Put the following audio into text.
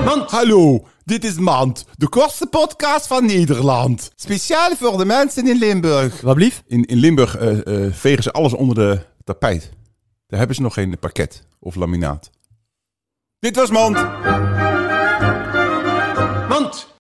Mand. Hallo, dit is Mand, de kortste podcast van Nederland. Speciaal voor de mensen in Limburg. Wat blief? In Limburg vegen ze alles onder de tapijt. Daar hebben ze nog geen parket of laminaat. Dit was Mand. Mand.